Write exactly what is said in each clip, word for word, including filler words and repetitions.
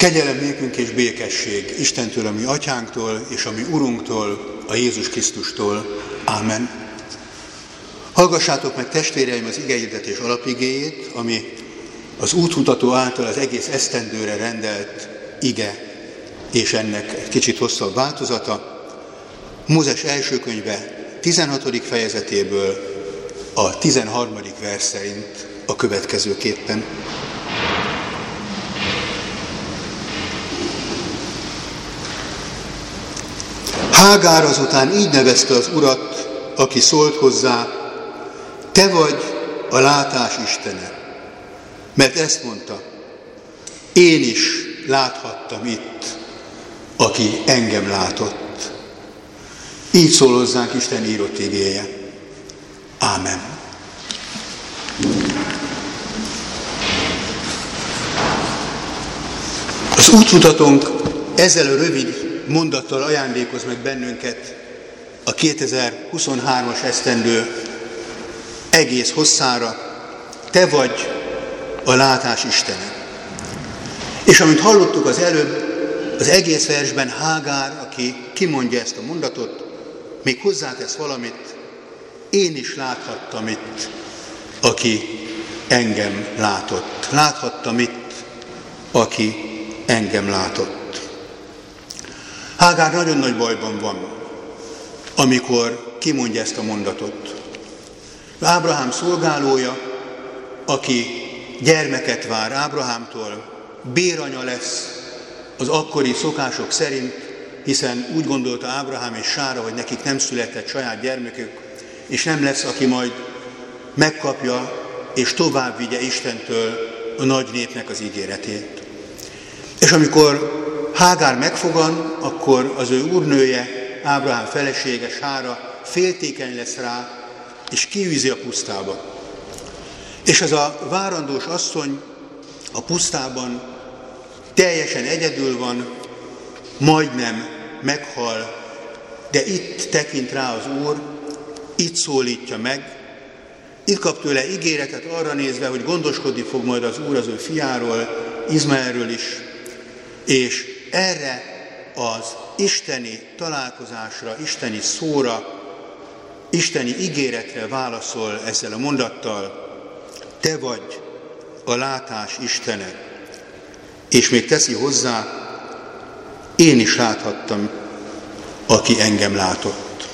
Kegyelem nékünk és békesség Istentől, a mi atyánktól, és a mi Urunktól, a Jézus Krisztustól. Ámen. Hallgassátok meg, testvéreim, az igehirdetés alapigéjét, ami az útmutató által az egész esztendőre rendelt ige, és ennek egy kicsit hosszabb változata. Mózes első könyve tizenhatodik fejezetéből a tizenharmadik vers szerint a következőképpen. Hágár azután így nevezte az Urat, aki szólt hozzá: te vagy a látás istene. Mert ezt mondta: én is láthattam itt, aki engem látott. Így szól hozzánk Isten írott igéje. Ámen. Az útmutatónk ezzel a rövid mondattal ajándékoz meg bennünket a kétezer-huszonhármas esztendő egész hosszára. Te vagy a látás istene. És amint hallottuk az előbb, az egész versben Hágár, aki kimondja ezt a mondatot, még hozzátesz valamit: én is láthattam itt, aki engem látott. Láthattam itt, aki engem látott. Hágár nagyon nagy bajban van, amikor kimondja ezt a mondatot. Ábrahám szolgálója, aki gyermeket vár Ábrahámtól, béranya lesz az akkori szokások szerint, hiszen úgy gondolta Ábrahám és Sára, hogy nekik nem született saját gyermekük, és nem lesz, aki majd megkapja és tovább vigye Istentől a nagy népnek az ígéretét. És amikor Hágár megfogan, akkor az ő úrnője, Ábrahám felesége, Sára féltékeny lesz rá, és kiűzi a pusztába. És ez a várandós asszony a pusztában teljesen egyedül van, majdnem meghal, de itt tekint rá az Úr, itt szólítja meg, itt kap tőle ígéretet arra nézve, hogy gondoskodni fog majd az Úr az ő fiáról, Izmaelről is, és erre az isteni találkozásra, isteni szóra, isteni ígéretre válaszol ezzel a mondattal: te vagy a látás istene. És még teszi hozzá: én is láthattam, aki engem látott.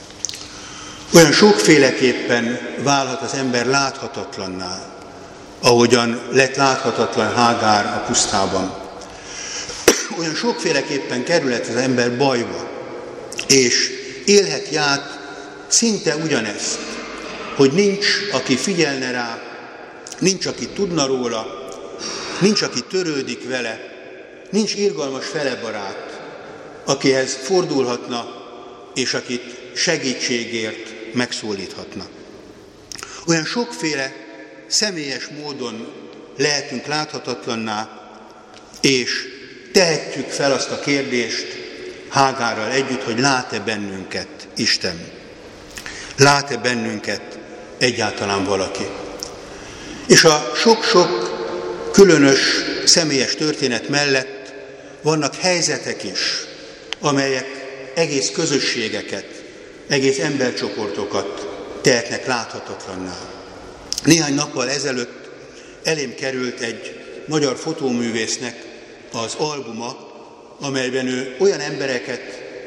Olyan sokféleképpen válhat az ember láthatatlanná, ahogyan lett láthatatlan Hágár a pusztában. Olyan sokféleképpen kerülhet az ember bajba, és élheti át szinte ugyanezt, hogy nincs, aki figyelne rá, nincs, aki tudna róla, nincs, aki törődik vele, nincs irgalmas felebarát, akihez fordulhatna, és akit segítségért megszólíthatna. Olyan sokféle személyes módon lehetünk láthatatlanná, és tehetjük fel azt a kérdést Hágárral együtt, hogy lát-e bennünket Isten? Lát-e bennünket egyáltalán valaki? És a sok-sok különös személyes történet mellett vannak helyzetek is, amelyek egész közösségeket, egész embercsoportokat tehetnek láthatatlanná. Néhány nappal ezelőtt elém került egy magyar fotóművésznek az albuma, amelyben ő olyan embereket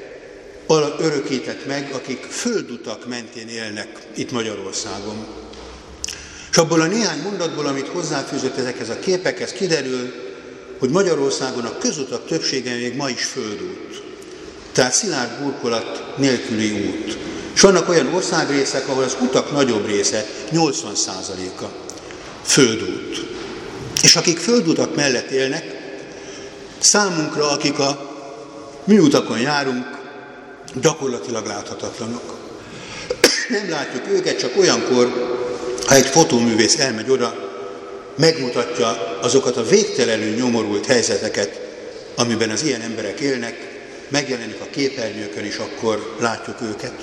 örökített meg, akik földutak mentén élnek itt Magyarországon. És abból a néhány mondatból, amit hozzáfűzött ezekhez a képekhez, kiderül, hogy Magyarországon a közutak többsége még ma is földút. Tehát szilárd burkolat nélküli út. És vannak olyan országrészek, ahol az utak nagyobb része, nyolcvan százaléka földút. És akik földutak mellett élnek, számunkra, akik a műutakon járunk, gyakorlatilag láthatatlanok. Nem látjuk őket, csak olyankor, ha egy fotóművész elmegy oda, megmutatja azokat a végtelenül nyomorult helyzeteket, amiben az ilyen emberek élnek, megjelenik a képernyőkön, és akkor látjuk őket.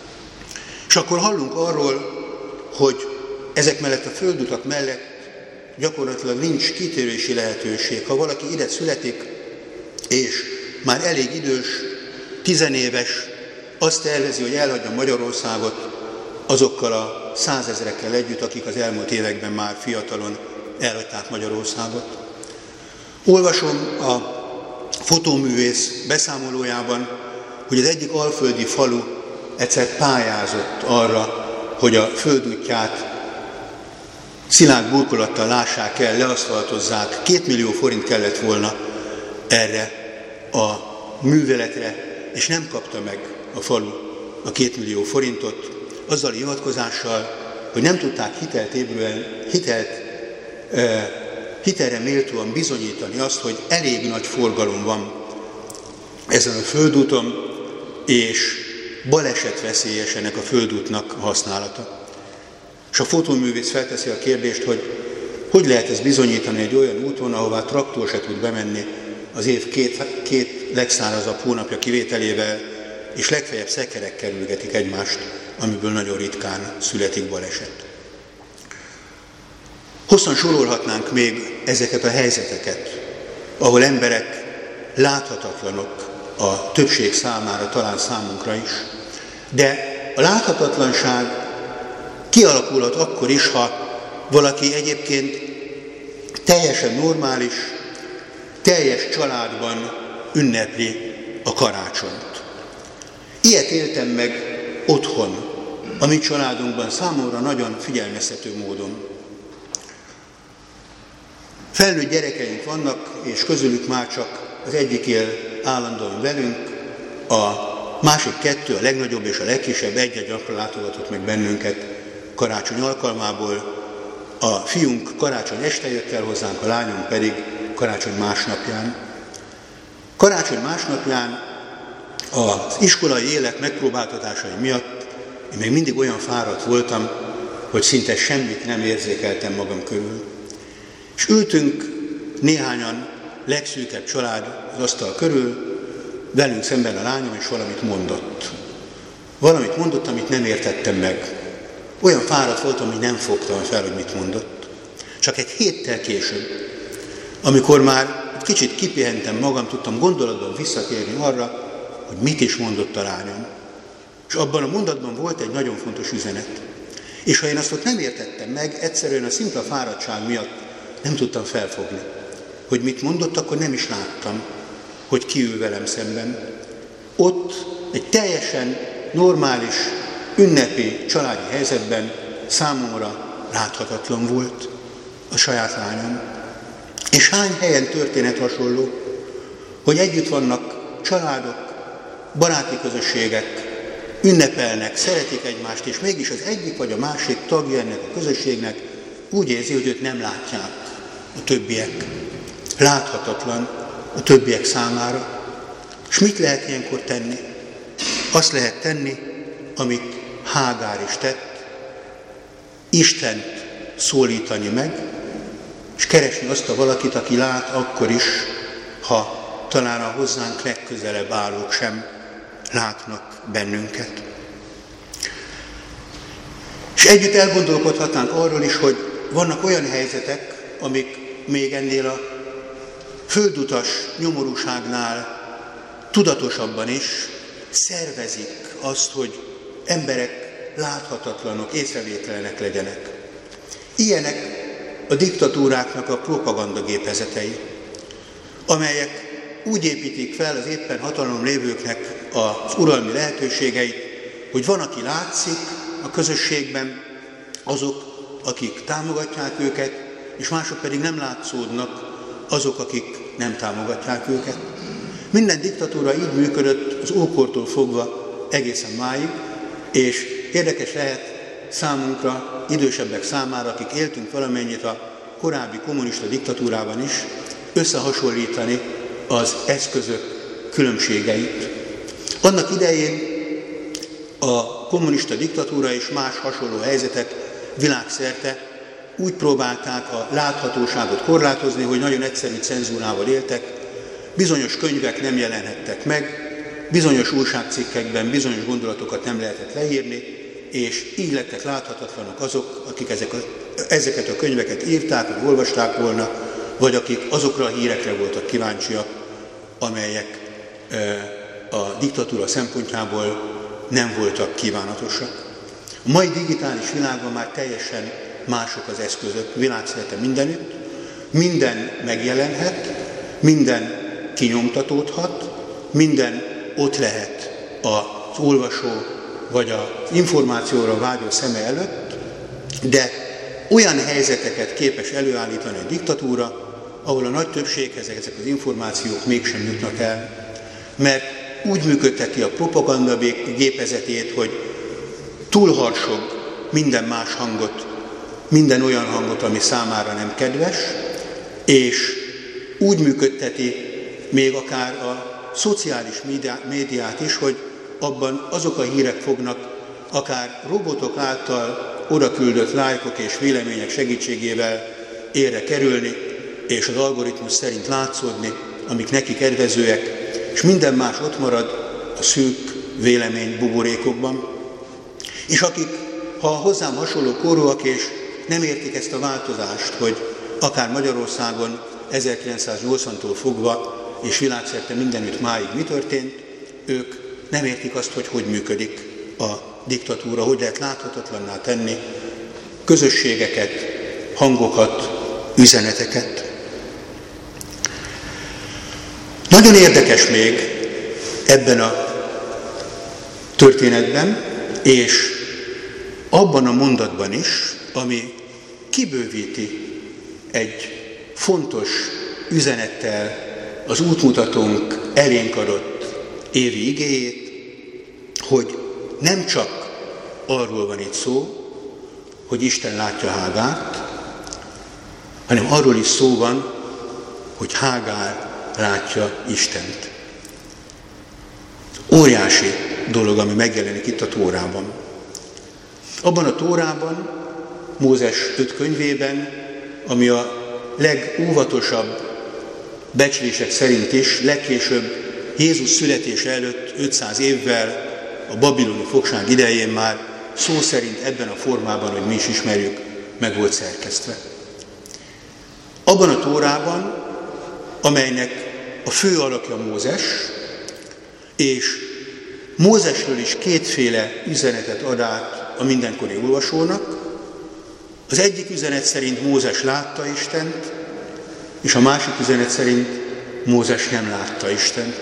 És akkor hallunk arról, hogy ezek mellett a földutak mellett gyakorlatilag nincs kitérési lehetőség. Ha valaki ide születik, és már elég idős, tizenéves, azt tervezi, hogy elhagyja Magyarországot azokkal a százezrekkel együtt, akik az elmúlt években már fiatalon elhagyták Magyarországot. Olvasom a fotóművész beszámolójában, hogy az egyik alföldi falu egyszer pályázott arra, hogy a földútját szilárd burkolattal lássák el, leaszfaltozzák. Két millió forint kellett volna erre a műveletre, és nem kapta meg a falu a két millió forintot, azzal a hivatkozással, hogy nem tudták hitelt ébről, hitelt, e, hitelre méltóan bizonyítani azt, hogy elég nagy forgalom van ezen a földúton, és balesetveszélyes ennek a földútnak a használata. És a fotóművész felteszi a kérdést, hogy hogy lehet ezt bizonyítani egy olyan úton, ahová traktor se tud bemenni az év két, két legszárazabb hónapja kivételével, és legfeljebb szekerek kerülgetik egymást, amiből nagyon ritkán születik baleset. Hosszan sorolhatnánk még ezeket a helyzeteket, ahol emberek láthatatlanok a többség számára, talán számunkra is, de a láthatatlanság kialakulhat akkor is, ha valaki egyébként teljesen normális, teljes családban ünnepli a karácsonyt. Ilyet éltem meg otthon, a mi családunkban számomra nagyon figyelmeztető módon. Felnőtt gyerekeink vannak, és közülük már csak az egyik él állandóan velünk, a másik kettő, a legnagyobb és a legkisebb egy-egy gyakran látogatott meg bennünket karácsony alkalmából. A fiunk karácsony este jött el hozzánk, a lányunk pedig karácsony másnapján. Karácsony másnapján az iskolai élet megpróbáltatásai miatt én még mindig olyan fáradt voltam, hogy szinte semmit nem érzékeltem magam körül. És ültünk néhányan, legszűkebb család az asztal körül, velünk szemben a lányom, és valamit mondott. Valamit mondott, amit nem értettem meg. Olyan fáradt voltam, hogy nem fogtam fel, hogy mit mondott. Csak egy héttel később, amikor már egy kicsit kipihentem magam, tudtam gondolatban visszatérni arra, hogy mit is mondott a lányom. És abban a mondatban volt egy nagyon fontos üzenet. És ha én azt ott nem értettem meg, egyszerűen a szimpla fáradtság miatt nem tudtam felfogni. Hogy mit mondott, akkor nem is láttam, hogy ki ül velem szemben. Ott egy teljesen normális, ünnepi családi helyzetben számomra láthatatlan volt a saját lányom. És hány helyen történet hasonló, hogy együtt vannak családok, baráti közösségek, ünnepelnek, szeretik egymást, és mégis az egyik vagy a másik tagja ennek a közösségnek úgy érzi, hogy őt nem látják a többiek. Láthatatlan a többiek számára. És mit lehet ilyenkor tenni? Azt lehet tenni, amit Hágár is tett, Istent szólítani meg, és keresni azt a valakit, aki lát akkor is, ha talán a hozzánk legközelebb állók sem látnak bennünket. És együtt elgondolkodhatnánk arról is, hogy vannak olyan helyzetek, amik még ennél a földutas nyomorúságnál tudatosabban is szervezik azt, hogy emberek láthatatlanok, észrevétlenek legyenek. Ilyenek a diktatúráknak a propagandagépezetei, amelyek úgy építik fel az éppen hatalom lévőknek az uralmi lehetőségeit, hogy van, aki látszik a közösségben, azok, akik támogatják őket, és mások pedig nem látszódnak, azok, akik nem támogatják őket. Minden diktatúra így működött az ókortól fogva egészen máig, és érdekes lehet számunkra, idősebbek számára, akik éltünk valamennyit a korábbi kommunista diktatúrában is, összehasonlítani az eszközök különbségeit. Annak idején a kommunista diktatúra és más hasonló helyzetek világszerte úgy próbálták a láthatóságot korlátozni, hogy nagyon egyszerű cenzúrával éltek, bizonyos könyvek nem jelenhettek meg, bizonyos újságcikkekben bizonyos gondolatokat nem lehetett leírni, és így lettek láthatatlanok azok, akik ezek a, ezeket a könyveket írták, vagy olvasták volna, vagy akik azokra a hírekre voltak kíváncsiak, amelyek a diktatúra szempontjából nem voltak kívánatosak. A mai digitális világban már teljesen mások az eszközök, világszerte mindenütt, minden megjelenhet, minden kinyomtatódhat, minden ott lehet az olvasó vagy az információra vágyó szeme előtt, de olyan helyzeteket képes előállítani a diktatúra, ahol a nagy többséghez ezek az információk mégsem jutnak el, mert úgy működteti a propaganda gépezetét, hogy túlharsog minden más hangot, minden olyan hangot, ami számára nem kedves, és úgy működteti még akár a szociális médiát is, hogy abban azok a hírek fognak akár robotok által odaküldött lájkok és vélemények segítségével érre kerülni, és az algoritmus szerint látszódni, amik neki kedvezőek, és minden más ott marad a szűk vélemény buborékokban. És akik, ha hozzám hasonló korúak, és nem értik ezt a változást, hogy akár Magyarországon ezerkilencszáznyolcvantól fogva, és világszerte mindenütt máig mi történt, ők nem értik azt, hogy hogy működik a diktatúra, hogy lehet láthatatlanná tenni közösségeket, hangokat, üzeneteket. Nagyon érdekes még ebben a történetben, és abban a mondatban is, ami kibővíti egy fontos üzenettel az útmutatónk elénk adott évi igéjét, hogy nem csak arról van itt szó, hogy Isten látja Hágárt, hanem arról is szó van, hogy Hágár látja Istent. Óriási dolog, ami megjelenik itt a Tórában. Abban a Tórában, Mózes öt könyvében, ami a legóvatosabb becslések szerint is, legkésőbb Jézus születése előtt ötszáz évvel, a babiloni fogság idején már szó szerint ebben a formában, hogy mi is ismerjük, meg volt szerkesztve. Abban a Tórában, amelynek a fő alakja Mózes, és Mózesről is kétféle üzenetet ad át a mindenkori olvasónak. Az egyik üzenet szerint Mózes látta Istent, és a másik üzenet szerint Mózes nem látta Istent.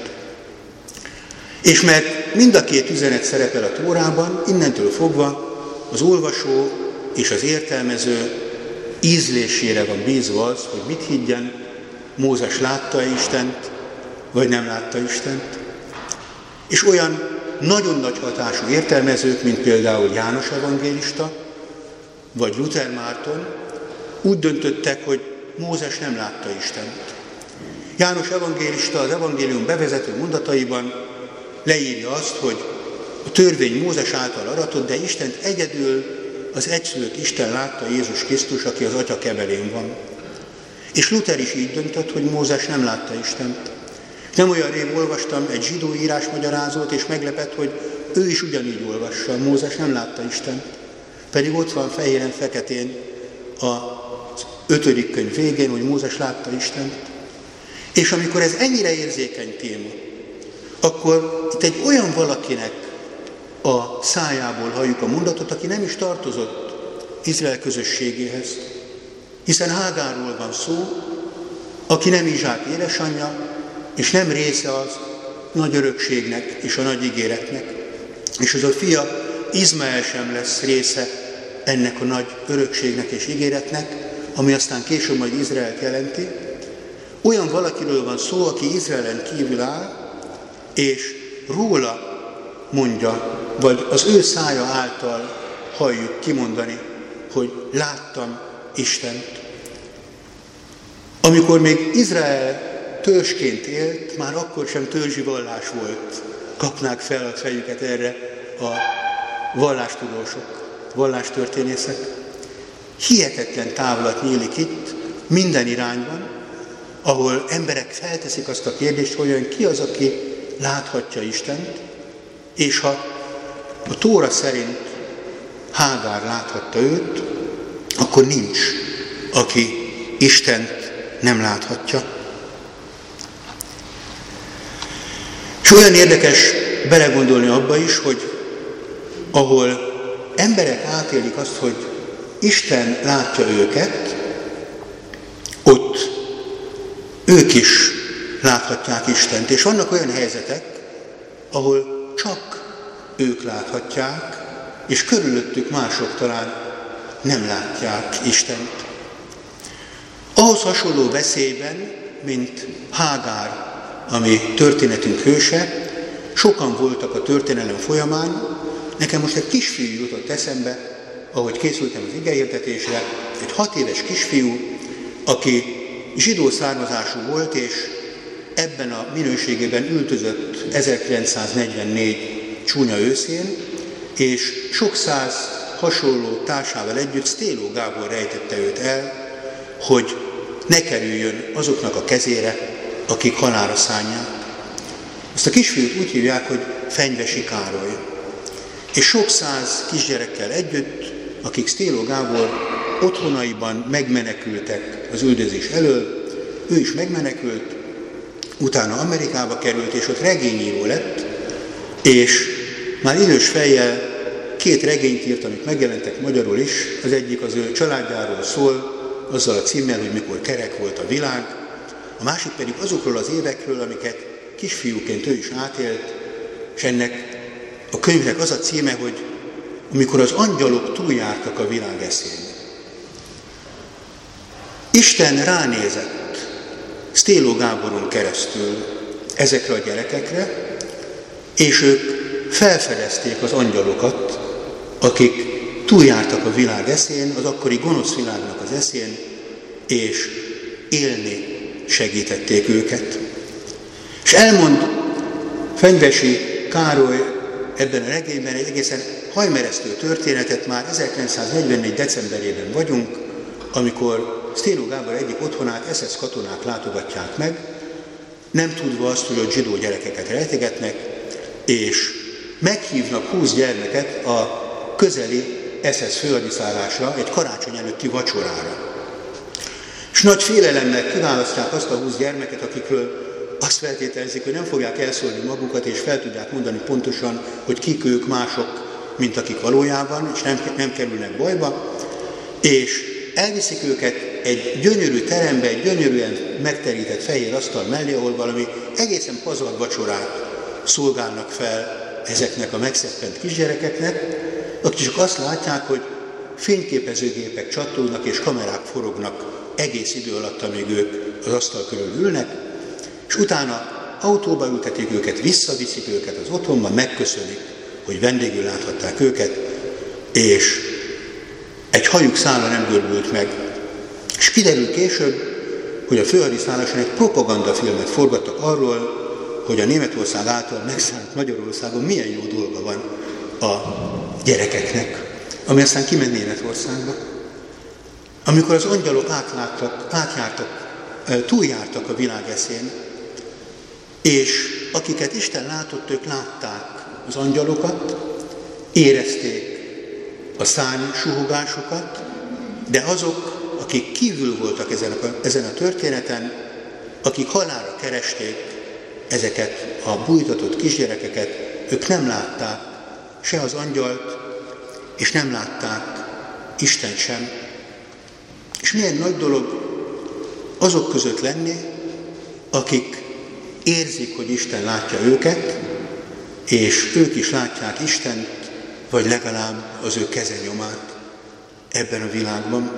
És mert mind a két üzenet szerepel a Tórában, innentől fogva az olvasó és az értelmező ízlésére van bízva az, hogy mit higgyen, Mózes látta Istent, vagy nem látta Istent. És olyan nagyon nagy hatású értelmezők, mint például János evangélista, vagy Luther Márton úgy döntöttek, hogy Mózes nem látta Istent. János evangélista az evangélium bevezető mondataiban leírja azt, hogy a törvény Mózes által aratott, de Istent egyedül az egyszülött Isten látta, Jézus Krisztus, aki az Atya kebelén van. És Luther is így döntött, hogy Mózes nem látta Istent. Nem olyan rég olvastam egy zsidó írásmagyarázót, és meglepett, hogy ő is ugyanígy olvassa, Mózes nem látta Istent. Pedig ott van fehéren-feketén az ötödik könyv végén, hogy Mózes látta Istent. És amikor ez ennyire érzékeny téma, akkor itt egy olyan valakinek a szájából halljuk a mondatot, aki nem is tartozott Izrael közösségéhez. Hiszen Hágárról van szó, aki nem Izsák édesanyja, és nem része az nagy örökségnek és a nagy ígéretnek. És az a fia Izmael sem lesz része ennek a nagy örökségnek és ígéretnek, ami aztán később majd Izraelt jelenti. Olyan valakiről van szó, aki Izraelen kívül áll, és róla mondja, vagy az ő szája által halljuk kimondani, hogy láttam Istent. Amikor még Izrael törzsként élt, már akkor sem törzsi vallás volt. Kapnák fel a fejüket erre a vallástudósok, vallástörténészek. Hihetetlen távlat nyílik itt, minden irányban, ahol emberek felteszik azt a kérdést, hogy olyan ki az, aki láthatja Istent, és ha a Tóra szerint Hágár láthatta őt, akkor nincs, aki Istent nem láthatja. És olyan érdekes belegondolni abba is, hogy ahol emberek átélik azt, hogy Isten látja őket, ott ők is láthatják Istent. És vannak olyan helyzetek, ahol csak ők láthatják, és körülöttük mások talán nem látják Istent. Ahhoz hasonló veszélyben, mint Hágár, ami történetünk hőse, sokan voltak a történelem folyamán. Nekem most egy kisfiú jutott eszembe, ahogy készültem az igehirdetésre, egy hat éves kisfiú, aki zsidó származású volt, és ebben a minőségében üldözött ezerkilencszáznegyvennégy csúnya őszén, és sok száz hasonló társával együtt Sztéló Gábor rejtette őt el, hogy ne kerüljön azoknak a kezére, akik halálra szánják. Azt a kisfiút úgy hívják, hogy Fenyvesi Károly. És sok száz kisgyerekkel együtt, akik Sztéló Gábor otthonaiban megmenekültek az üldözés elől, ő is megmenekült, utána Amerikába került, és ott regényíró lett, és már idős fejjel két regényt írt, amik megjelentek magyarul is. Az egyik az ő családjáról szól, azzal a címmel, hogy mikor kerek volt a világ, a másik pedig azokról az évekről, amiket kisfiúként ő is átélt, és ennek a könyvnek az a címe, hogy amikor az angyalok túljártak a világ eszén. Isten ránézett Sztéló Gáboron keresztül ezekre a gyerekekre, és ők felfedezték az angyalokat, akik túljártak a világ eszén, az akkori gonosz világnak az eszén, és élni segítették őket. És elmond Fenyvesi Károly ebben a regényben egy egészen hajmeresztő történetet, már ezerkilencszáznegyvennégy decemberében vagyunk, amikor Sztéló Gábor egyik otthonát es es katonák látogatják meg, nem tudva azt, hogy ott zsidó gyerekeket rejtegetnek, és meghívnak húsz gyermeket a közeli es es főhadiszállásra, egy karácsony előtti vacsorára. És nagy félelemmel kiválasztják azt a húsz gyermeket, akikről azt feltételezik, hogy nem fogják elszólni magukat, és fel tudják mondani pontosan, hogy kik ők, mások, mint akik valójában, és nem, nem kerülnek bajba, és elviszik őket egy gyönyörű terembe, egy gyönyörűen megterített fehér asztal mellé, ahol valami egészen pazar vacsorát szolgálnak fel ezeknek a megszeppent kisgyerekeknek, akik csak azt látják, hogy fényképezőgépek csatolnak és kamerák forognak egész idő alatt, amíg ők az asztal körül ülnek, és utána autóba ültetik őket, visszaviszik őket az otthonba, megköszönik, hogy vendégül láthatták őket, és egy hajuk szála nem görbült meg. És kiderül később, hogy a főhadiszálláson egy propagandafilmet forgattak arról, hogy a Németország által megszállt Magyarországon milyen jó dolga van a gyerekeknek, ami aztán kiment Németországba. Amikor az angyalok átláttak, átjártak, túljártak a világ eszén, és akiket Isten látott, ők látták az angyalokat, érezték a szárny suhogásokat, de azok, akik kívül voltak ezen a, ezen a történeten, akik halálra keresték ezeket a bújtatott kisgyerekeket, ők nem látták se az angyalt, és nem látták Istent sem. És milyen nagy dolog azok között lenni, akik érzik, hogy Isten látja őket, és ők is látják Istent, vagy legalább az ő kezenyomát ebben a világban.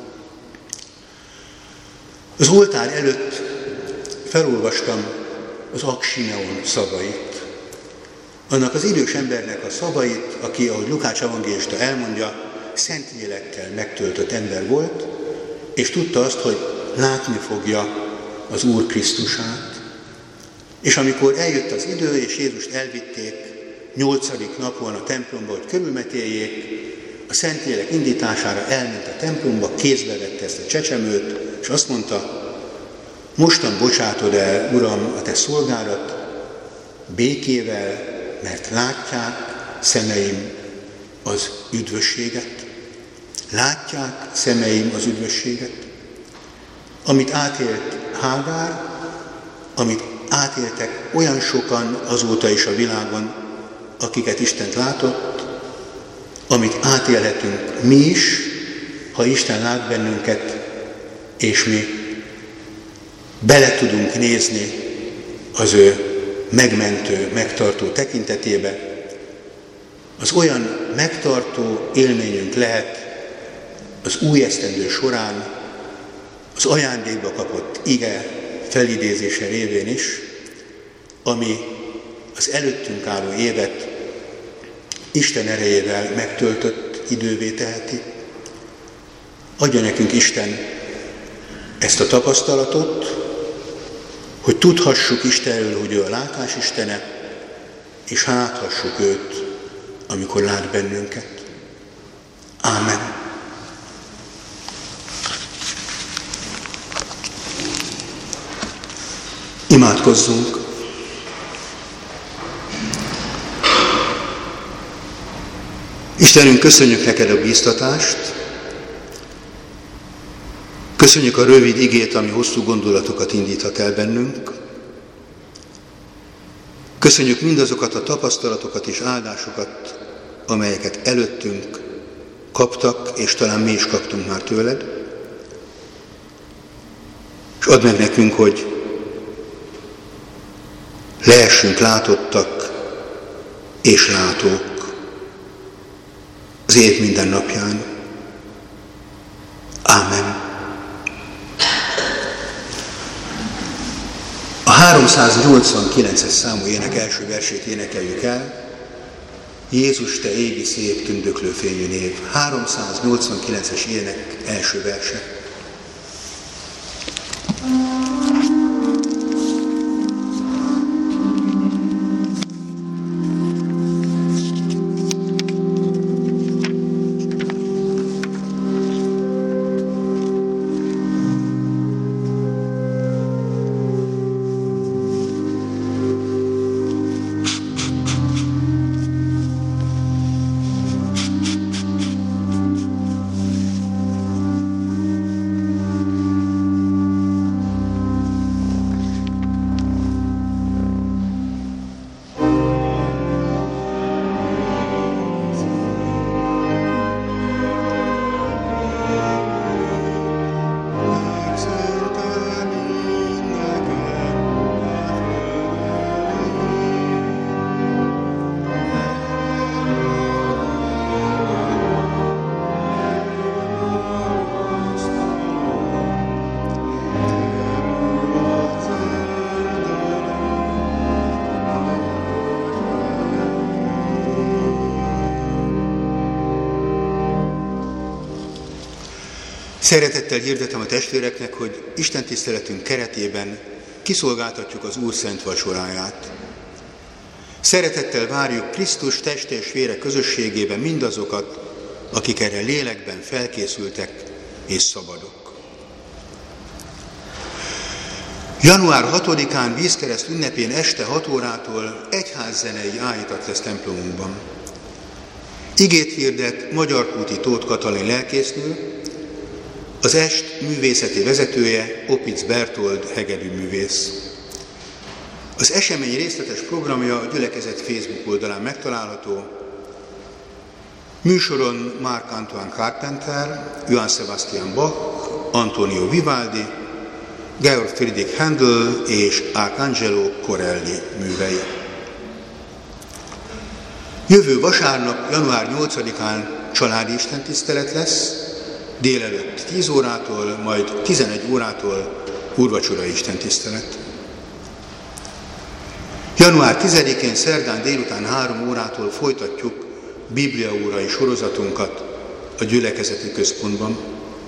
Az oltár előtt felolvastam az Aksimeon szavait. Annak az idős embernek a szavait, aki, ahogy Lukács evangélista elmondja, Szentlélekkel megtöltött ember volt, és tudta azt, hogy látni fogja az Úr Krisztusát. És amikor eljött az idő, és Jézust elvitték nyolcadik napon a templomba, hogy körülmetéljék, a Szentlélek indítására elment a templomba, kézbe vette ezt a csecsemőt, és azt mondta, mostan bocsátod el, Uram, a te szolgádat békével, mert látják szemeim az üdvösséget? Látják szemeim az üdvösséget? Amit átélt Hágár, amit átéltek olyan sokan azóta is a világon, akiket Istent látott, amit átélhetünk mi is, ha Isten lát bennünket, és mi bele tudunk nézni az ő megmentő, megtartó tekintetébe, az olyan megtartó élményünk lehet az új esztendő során, az ajándékba kapott ige felidézése révén is, ami az előttünk álló évet Isten erejével megtöltött idővé teheti. Adja nekünk Isten ezt a tapasztalatot, hogy tudhassuk Istenről, hogy ő a látás Istene, és láthassuk őt, amikor lát bennünket. Ámen. Imádkozzunk! Istenünk, köszönjük neked a bíztatást, köszönjük a rövid igét, ami hosszú gondolatokat indíthat el bennünk, köszönjük mindazokat a tapasztalatokat és áldásokat, amelyeket előttünk kaptak, és talán mi is kaptunk már tőled, és add meg nekünk, hogy lehessünk látottak és látók az év minden napján. Ámen. A háromszáznyolcvankilences számú ének első versét énekeljük el. Jézus, te égi szép tündöklő fényű név. háromszáznyolcvankilences ének első verse. Szeretettel hirdetem a testvéreknek, hogy Isten tiszteletünk keretében kiszolgáltatjuk az Úr szent vacsoráját. Szeretettel várjuk Krisztus teste és vére közösségében mindazokat, akik erre lélekben felkészültek és szabadok. január hatodikán vízkereszt ünnepén este hat órától egyházzenei áhítat lesz templomunkban. Igét hirdet Magyarkúti Tóth Katalin lelkésznő, az est művészeti vezetője Opitz Bertold hegedűművész. Az esemény részletes programja a gyülekezet Facebook oldalán megtalálható. Műsoron Marc Antoine Carpenter, Johann Sebastian Bach, Antonio Vivaldi, Georg Friedrich Händel és Arcangelo Corelli művei. Jövő vasárnap, január nyolcadikán családi istentisztelet lesz, délelőtt tíz órától, majd tizenegy órától úrvacsorai istentisztelet. január tizedikén szerdán délután három órától folytatjuk bibliaórai sorozatunkat a gyülekezeti központban.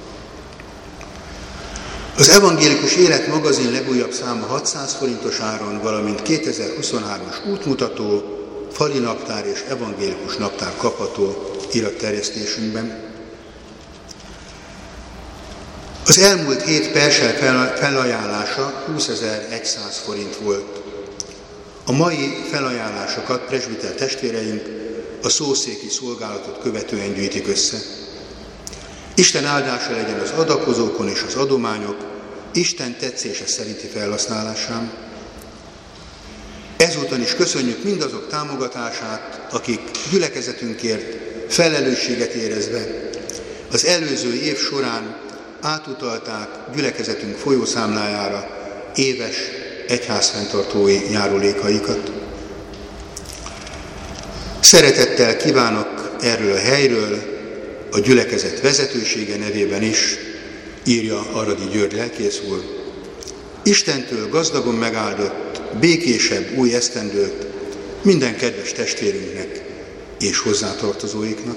Az Evangélikus Élet magazin legújabb száma hatszáz forintos áron, valamint kétezer-huszonhármas útmutató, fali naptár és evangélikus naptár kapható iratterjesztésünkben. Az elmúlt hét persel felajánlása húszezer-száz forint volt. A mai felajánlásokat presbiter testvéreink a szószéki szolgálatot követően gyűjtik össze. Isten áldása legyen az adakozókon és az adományok Isten tetszése szerinti felhasználásán. Ezúton is köszönjük mindazok támogatását, akik gyülekezetünkért felelősséget érezve az előző év során átutalták gyülekezetünk folyószámlájára éves egyházfenntartói járulékaikat. Szeretettel kívánok erről a helyről a gyülekezet vezetősége nevében is, írja Aradi György lelkész úr, Istentől gazdagon megáldott, békésebb új esztendőt minden kedves testvérünknek és hozzátartozóiknak.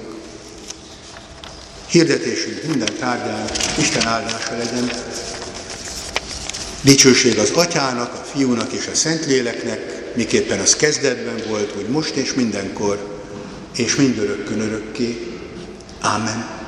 Hirdetésünk minden tárgyán Isten áldása legyen. Dicsőség az Atyának, a Fiúnak és a Szentléleknek, miképpen az kezdetben volt, úgy most és mindenkor, és mindörökkön örökké. Ámen.